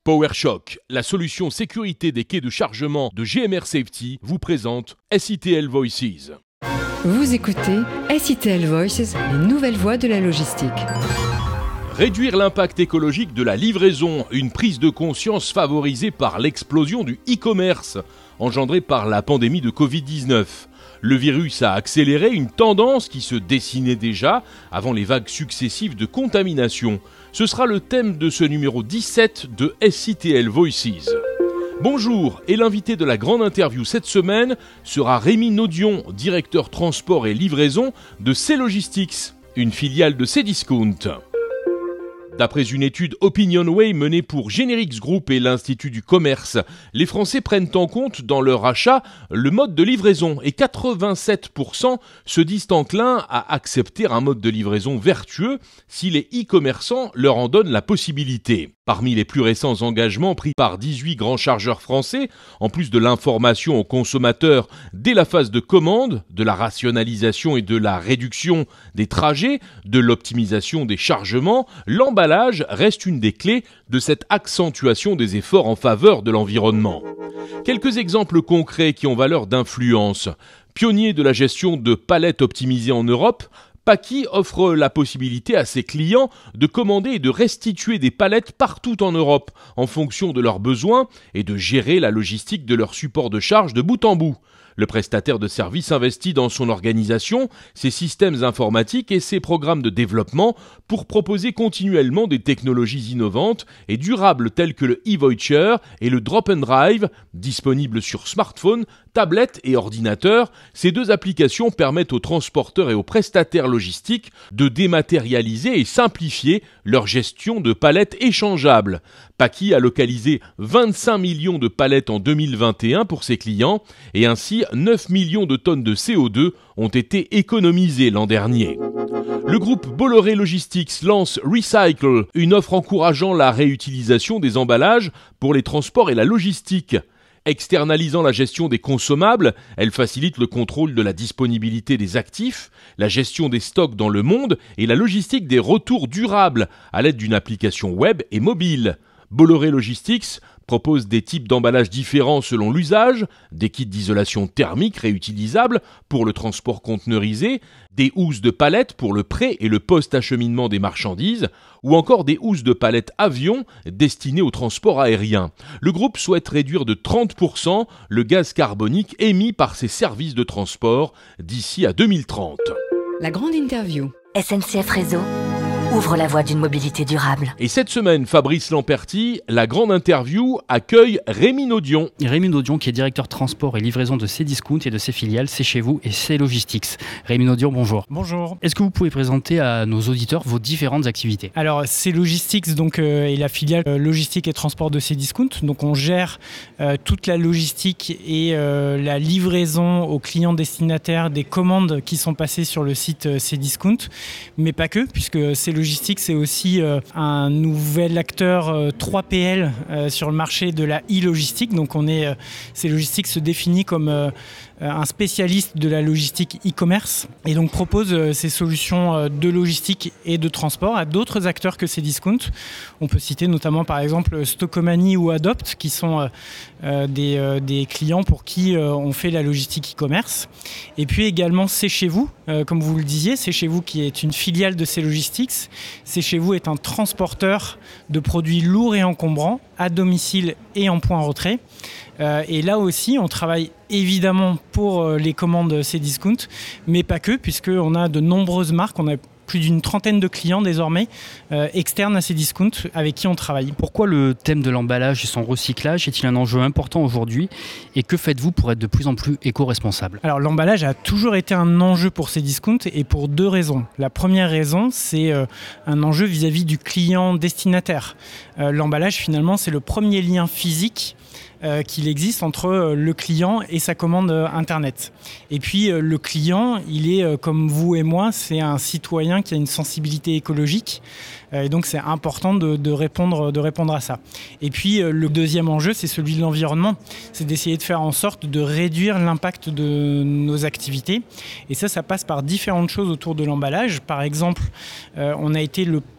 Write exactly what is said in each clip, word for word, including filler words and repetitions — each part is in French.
PowerShock, la solution sécurité des quais de chargement de G M R Safety, vous présente S I T L Voices. Vous écoutez S I T L Voices, les nouvelles voies de la logistique. Réduire l'impact écologique de la livraison, une prise de conscience favorisée par l'explosion du e-commerce, engendrée par la pandémie de covid dix-neuf. Le virus a accéléré une tendance qui se dessinait déjà avant les vagues successives de contamination. Ce sera le thème de ce numéro dix-sept de S I T L Voices. Bonjour, et l'invité de la grande interview cette semaine sera Rémi Naudion, directeur transport et livraison de C-Logistics, une filiale de Cdiscount. D'après une étude OpinionWay menée pour Generix Group et l'Institut du Commerce, les Français prennent en compte dans leur achat le mode de livraison et quatre-vingt-sept pour cent se disent enclins à accepter un mode de livraison vertueux si les e-commerçants leur en donnent la possibilité. Parmi les plus récents engagements pris par dix-huit grands chargeurs français, en plus de l'information aux consommateurs dès la phase de commande, de la rationalisation et de la réduction des trajets, de l'optimisation des chargements, l'emballage reste une des clés de cette accentuation des efforts en faveur de l'environnement. Quelques exemples concrets qui ont valeur d'influence. Pionnier de la gestion de palettes optimisées en Europe, Paki offre la possibilité à ses clients de commander et de restituer des palettes partout en Europe en fonction de leurs besoins et de gérer la logistique de leur support de charge de bout en bout. Le prestataire de services investit dans son organisation, ses systèmes informatiques et ses programmes de développement pour proposer continuellement des technologies innovantes et durables telles que le e-voucher et le drop and drive, disponibles sur smartphone, tablette et ordinateur. Ces deux applications permettent aux transporteurs et aux prestataires logistiques de dématérialiser et simplifier leur gestion de palettes échangeables. Paki a localisé vingt-cinq millions de palettes en deux mille vingt et un pour ses clients et ainsi neuf millions de tonnes de C O deux ont été économisées l'an dernier. Le groupe Bolloré Logistics lance Recycle, une offre encourageant la réutilisation des emballages pour les transports et la logistique. Externalisant la gestion des consommables, elle facilite le contrôle de la disponibilité des actifs, la gestion des stocks dans le monde et la logistique des retours durables à l'aide d'une application web et mobile. Bolloré Logistics propose des types d'emballages différents selon l'usage, des kits d'isolation thermique réutilisables pour le transport conteneurisé, des housses de palettes pour le pré- et le post-acheminement des marchandises, ou encore des housses de palettes avion destinées au transport aérien. Le groupe souhaite réduire de trente pour cent le gaz carbonique émis par ses services de transport d'ici à deux mille trente. La grande interview. S N C F Réseau ouvre la voie d'une mobilité durable. Et cette semaine, Fabrice Lamperti, la grande interview, accueille Rémi Naudion. Rémi Naudion qui est directeur transport et livraison de Cdiscount et de ses filiales C'est Chez Vous et C-Logistics. Rémi Naudion, bonjour. Bonjour. Est-ce que vous pouvez présenter à nos auditeurs vos différentes activités ? Alors, C-Logistics donc, euh, est la filiale euh, logistique et transport de Cdiscount. Donc, on gère euh, toute la logistique et euh, la livraison aux clients destinataires des commandes qui sont passées sur le site euh, Cdiscount, mais pas que, puisque C-Logistics c'est aussi euh, un nouvel acteur euh, trois P L euh, sur le marché de la e-logistique. Donc, on est, euh, C-Logistics se définit comme euh, un spécialiste de la logistique e-commerce et donc propose euh, ces solutions euh, de logistique et de transport à d'autres acteurs que Cdiscount. On peut citer notamment par exemple Stockomanie ou Adopt qui sont euh, euh, des, euh, des clients pour qui euh, on fait la logistique e-commerce. Et puis également C'est Chez Vous, euh, comme vous le disiez, C'est Chez Vous qui est une filiale de C-Logistics. C'est Chez Vous est un transporteur de produits lourds et encombrants à domicile et en point retrait. Euh, et là aussi, on travaille évidemment pour euh, les commandes Cdiscount, mais pas que, puisqu'on a de nombreuses marques, on a plus d'une trentaine de clients désormais euh, externes à Cdiscount avec qui on travaille. Pourquoi le thème de l'emballage et son recyclage est-il un enjeu important aujourd'hui et que faites-vous pour être de plus en plus éco-responsable ? Alors l'emballage a toujours été un enjeu pour Cdiscount et pour deux raisons. La première raison, c'est euh, un enjeu vis-à-vis du client destinataire. Euh, l'emballage finalement, c'est le premier lien physique Euh, qu'il existe entre euh, le client et sa commande euh, Internet. Et puis euh, le client, il est euh, comme vous et moi, c'est un citoyen qui a une sensibilité écologique euh, et donc c'est important de, de, répondre, de répondre à ça. Et puis euh, le deuxième enjeu, c'est celui de l'environnement, c'est d'essayer de faire en sorte de réduire l'impact de nos activités et ça, ça passe par différentes choses autour de l'emballage. Par exemple, euh, on a été le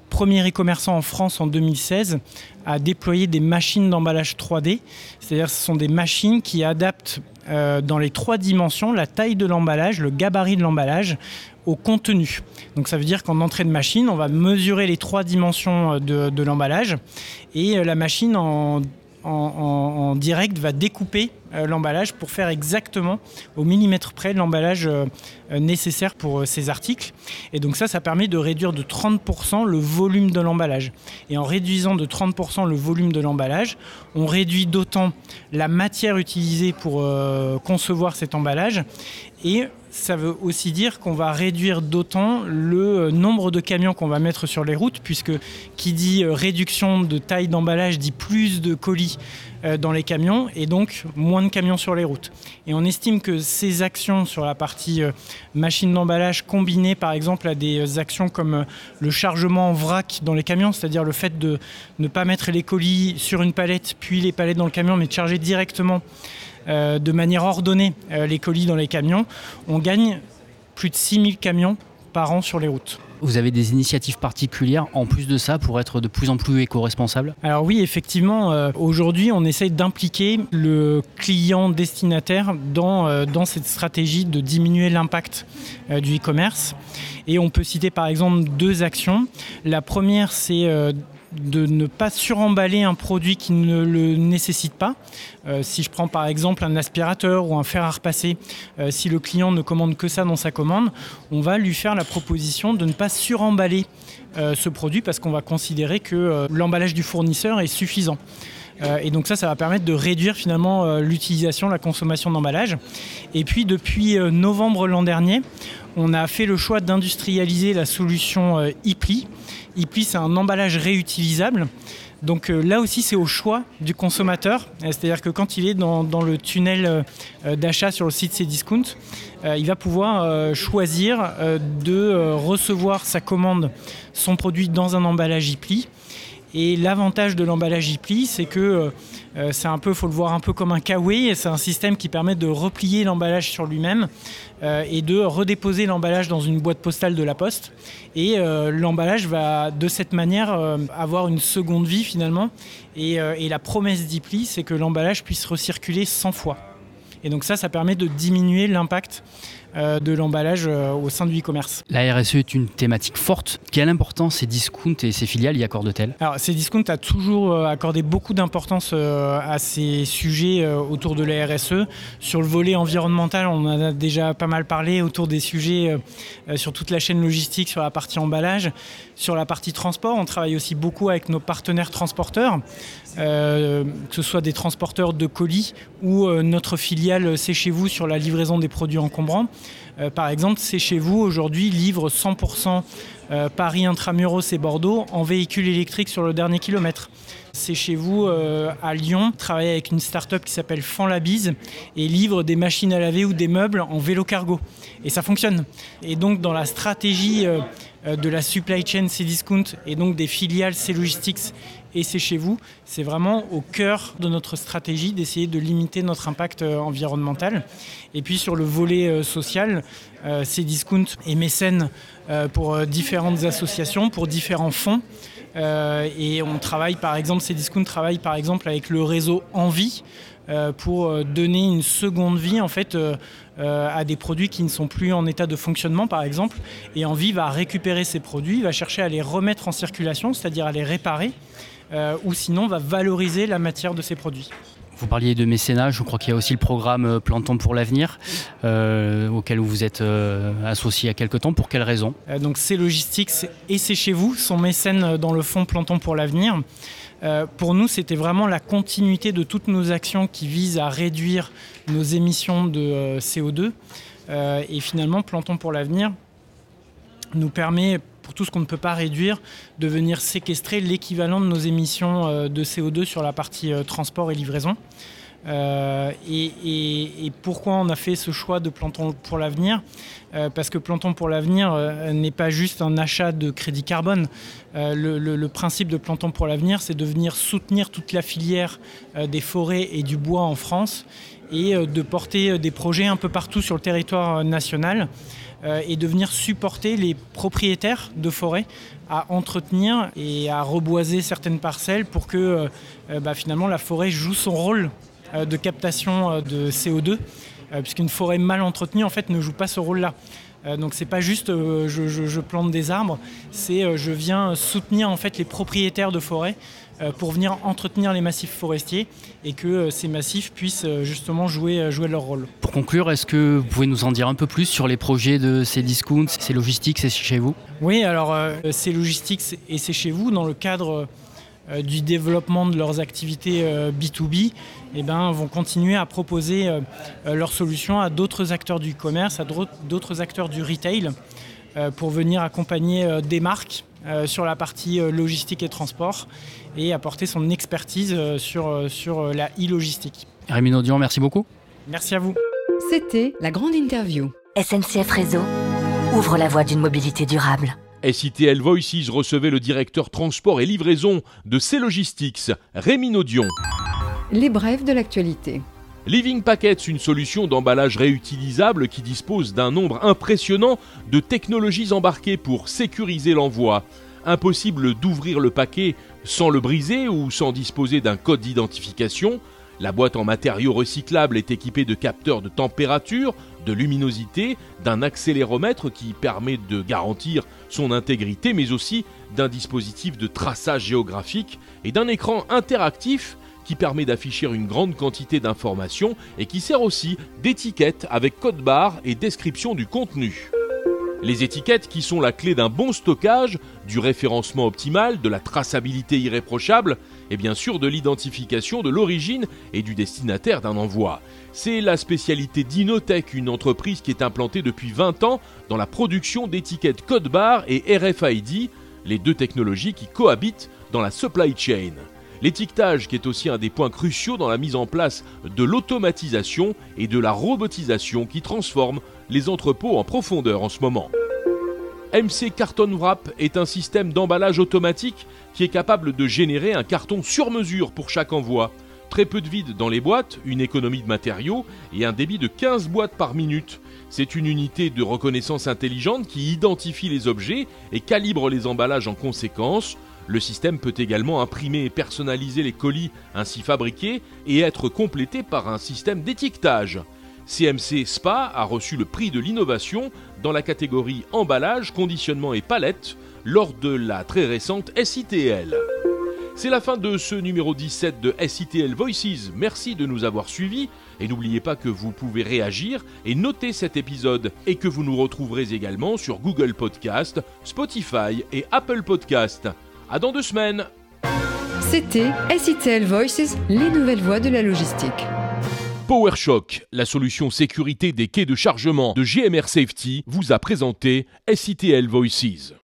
premier e-commerçant en France en deux mille seize à déployer des machines d'emballage trois D. C'est-à-dire que ce sont des machines qui adaptent euh, dans les trois dimensions la taille de l'emballage, le gabarit de l'emballage au contenu. Donc ça veut dire qu'en entrée de machine, on va mesurer les trois dimensions de, de l'emballage et la machine en En, en, en direct va découper euh, l'emballage pour faire exactement au millimètre près l'emballage euh, nécessaire pour euh, ces articles. Et donc ça, ça permet de réduire de trente pour cent le volume de l'emballage. Et en réduisant de trente pour cent le volume de l'emballage, on réduit d'autant la matière utilisée pour euh, concevoir cet emballage. Et ça veut aussi dire qu'on va réduire d'autant le nombre de camions qu'on va mettre sur les routes, puisque qui dit réduction de taille d'emballage dit plus de colis dans les camions et donc moins de camions sur les routes. Et on estime que ces actions sur la partie machine d'emballage combinées par exemple à des actions comme le chargement en vrac dans les camions, c'est-à-dire le fait de ne pas mettre les colis sur une palette puis les palettes dans le camion, mais de charger directement Euh, de manière ordonnée euh, les colis dans les camions, on gagne plus de six mille camions par an sur les routes. Vous avez des initiatives particulières en plus de ça pour être de plus en plus éco-responsable ? Alors oui, effectivement, euh, aujourd'hui on essaye d'impliquer le client destinataire dans, euh, dans cette stratégie de diminuer l'impact euh, du e-commerce. Et on peut citer par exemple deux actions. La première, c'est euh, de ne pas suremballer un produit qui ne le nécessite pas. Euh, si je prends par exemple un aspirateur ou un fer à repasser, euh, si le client ne commande que ça dans sa commande, on va lui faire la proposition de ne pas suremballer euh, ce produit parce qu'on va considérer que euh, l'emballage du fournisseur est suffisant. Euh, et donc ça, ça va permettre de réduire finalement euh, l'utilisation, la consommation d'emballage. Et puis depuis euh, novembre l'an dernier, on a fait le choix d'industrialiser la solution euh, ePli. ePli, c'est un emballage réutilisable. Donc euh, là aussi, c'est au choix du consommateur. C'est-à-dire que quand il est dans, dans le tunnel euh, d'achat sur le site Cdiscount, euh, il va pouvoir euh, choisir euh, de euh, recevoir sa commande, son produit dans un emballage ePli. Et l'avantage de l'emballage ePli, c'est que euh, c'est un peu, faut le voir un peu comme un K-Way. C'est un système qui permet de replier l'emballage sur lui-même euh, et de redéposer l'emballage dans une boîte postale de la Poste. Et euh, l'emballage va de cette manière euh, avoir une seconde vie finalement. Et, euh, et la promesse d'ePli, c'est que l'emballage puisse recirculer cent fois. Et donc ça, ça permet de diminuer l'impact euh, de l'emballage euh, au sein du e-commerce. La R S E est une thématique forte. Quelle importance Cdiscount et ses filiales y accordent-elles ? Alors, Cdiscount a toujours euh, accordé beaucoup d'importance euh, à ces sujets euh, autour de la R S E. Sur le volet environnemental, on en a déjà pas mal parlé autour des sujets euh, sur toute la chaîne logistique, sur la partie emballage. Sur la partie transport, on travaille aussi beaucoup avec nos partenaires transporteurs, euh, que ce soit des transporteurs de colis ou euh, notre filiale C'est Chez Vous sur la livraison des produits encombrants. Euh, par exemple, C'est Chez Vous aujourd'hui livre cent pour cent euh, Paris Intramuros et Bordeaux en véhicules électriques sur le dernier kilomètre. C'est Chez Vous euh, à Lyon travaille avec une start-up qui s'appelle Fanlabise et livre des machines à laver ou des meubles en vélo cargo. Et ça fonctionne. Et donc dans la stratégie euh, de la supply chain Cdiscount et donc des filiales C-Logistics et C'est Chez Vous, c'est vraiment au cœur de notre stratégie d'essayer de limiter notre impact euh, environnemental. Et puis sur le volet euh, social, euh, Cdiscount est mécène euh, pour euh, différentes associations, pour différents fonds. Euh, et on travaille par exemple, Cdiscount travaille par exemple avec le réseau Envie euh, pour euh, donner une seconde vie en fait euh, euh, à des produits qui ne sont plus en état de fonctionnement par exemple. Et Envie va récupérer ces produits, va chercher à les remettre en circulation, c'est-à-dire à les réparer, euh, ou sinon va valoriser la matière de ces produits. Vous parliez de mécénat, je crois qu'il y a aussi le programme Plantons pour l'avenir, euh, auquel vous êtes euh, associé il y a quelque temps. Pour quelles raisons ? euh, Donc C-Logistics et C'est Chez Vous sont mécènes dans le fonds Plantons pour l'avenir. Euh, pour nous, c'était vraiment la continuité de toutes nos actions qui visent à réduire nos émissions de euh, C O deux. Euh, et finalement, Plantons pour l'avenir nous permet, pour tout ce qu'on ne peut pas réduire, de venir séquestrer l'équivalent de nos émissions euh, de C O deux sur la partie euh, transport et livraison. Euh, et, et, et pourquoi on a fait ce choix de Plantons pour l'avenir ? euh, Parce que Plantons pour l'avenir euh, n'est pas juste un achat de crédit carbone. Euh, le, le, le principe de Plantons pour l'avenir, c'est de venir soutenir toute la filière euh, des forêts et du bois en France et euh, de porter des projets un peu partout sur le territoire national. euh, et de venir supporter les propriétaires de forêt à entretenir et à reboiser certaines parcelles pour que euh, bah, finalement la forêt joue son rôle euh, de captation euh, de C O deux, euh, puisqu'une forêt mal entretenue en fait ne joue pas ce rôle-là. Euh, donc c'est pas juste euh, je, je, je plante des arbres, c'est euh, je viens soutenir en fait les propriétaires de forêt euh, pour venir entretenir les massifs forestiers et que euh, ces massifs puissent euh, justement jouer, euh, jouer leur rôle. Pour conclure, est-ce que vous pouvez nous en dire un peu plus sur les projets de Cdiscount, C-Logistics, c'est chez vous? Oui, alors euh, C-Logistics et c'est chez vous dans le cadre euh, du développement de leurs activités euh, B deux B, eh ben, vont continuer à proposer euh, leurs solutions à d'autres acteurs du commerce, à d'autres acteurs du retail, euh, pour venir accompagner euh, des marques euh, sur la partie euh, logistique et transport et apporter son expertise euh, sur, euh, sur la e-logistique. Rémi Naudian, merci beaucoup. Merci à vous. C'était la grande interview. S N C F Réseau ouvre la voie d'une mobilité durable. S I T L Voices recevait le directeur transport et livraison de C-Logistics, Rémi Naudian. Les brèves de l'actualité. Living Packets, une solution d'emballage réutilisable qui dispose d'un nombre impressionnant de technologies embarquées pour sécuriser l'envoi. Impossible d'ouvrir le paquet sans le briser ou sans disposer d'un code d'identification. La boîte en matériaux recyclables est équipée de capteurs de température, de luminosité, d'un accéléromètre qui permet de garantir son intégrité, mais aussi d'un dispositif de traçage géographique et d'un écran interactif qui permet d'afficher une grande quantité d'informations et qui sert aussi d'étiquette avec code barre et description du contenu. Les étiquettes qui sont la clé d'un bon stockage, du référencement optimal, de la traçabilité irréprochable et bien sûr de l'identification de l'origine et du destinataire d'un envoi. C'est la spécialité d'Inotech, une entreprise qui est implantée depuis vingt ans dans la production d'étiquettes code barre et R F I D, les deux technologies qui cohabitent dans la supply chain. L'étiquetage qui est aussi un des points cruciaux dans la mise en place de l'automatisation et de la robotisation qui transforme les entrepôts en profondeur en ce moment. M C Carton Wrap est un système d'emballage automatique qui est capable de générer un carton sur mesure pour chaque envoi. Très peu de vide dans les boîtes, une économie de matériaux et un débit de quinze boîtes par minute. C'est une unité de reconnaissance intelligente qui identifie les objets et calibre les emballages en conséquence. Le système peut également imprimer et personnaliser les colis ainsi fabriqués et être complété par un système d'étiquetage. C M C S P A a reçu le prix de l'innovation dans la catégorie emballage, conditionnement et palette lors de la très récente S I T L. C'est la fin de ce numéro dix-sept de S I T L Voices. Merci de nous avoir suivis et n'oubliez pas que vous pouvez réagir et noter cet épisode et que vous nous retrouverez également sur Google Podcast, Spotify et Apple Podcast. À dans deux semaines. C'était S I T L Voices, les nouvelles voies de la logistique. PowerShock, la solution sécurité des quais de chargement de G M R Safety, vous a présenté S I T L Voices.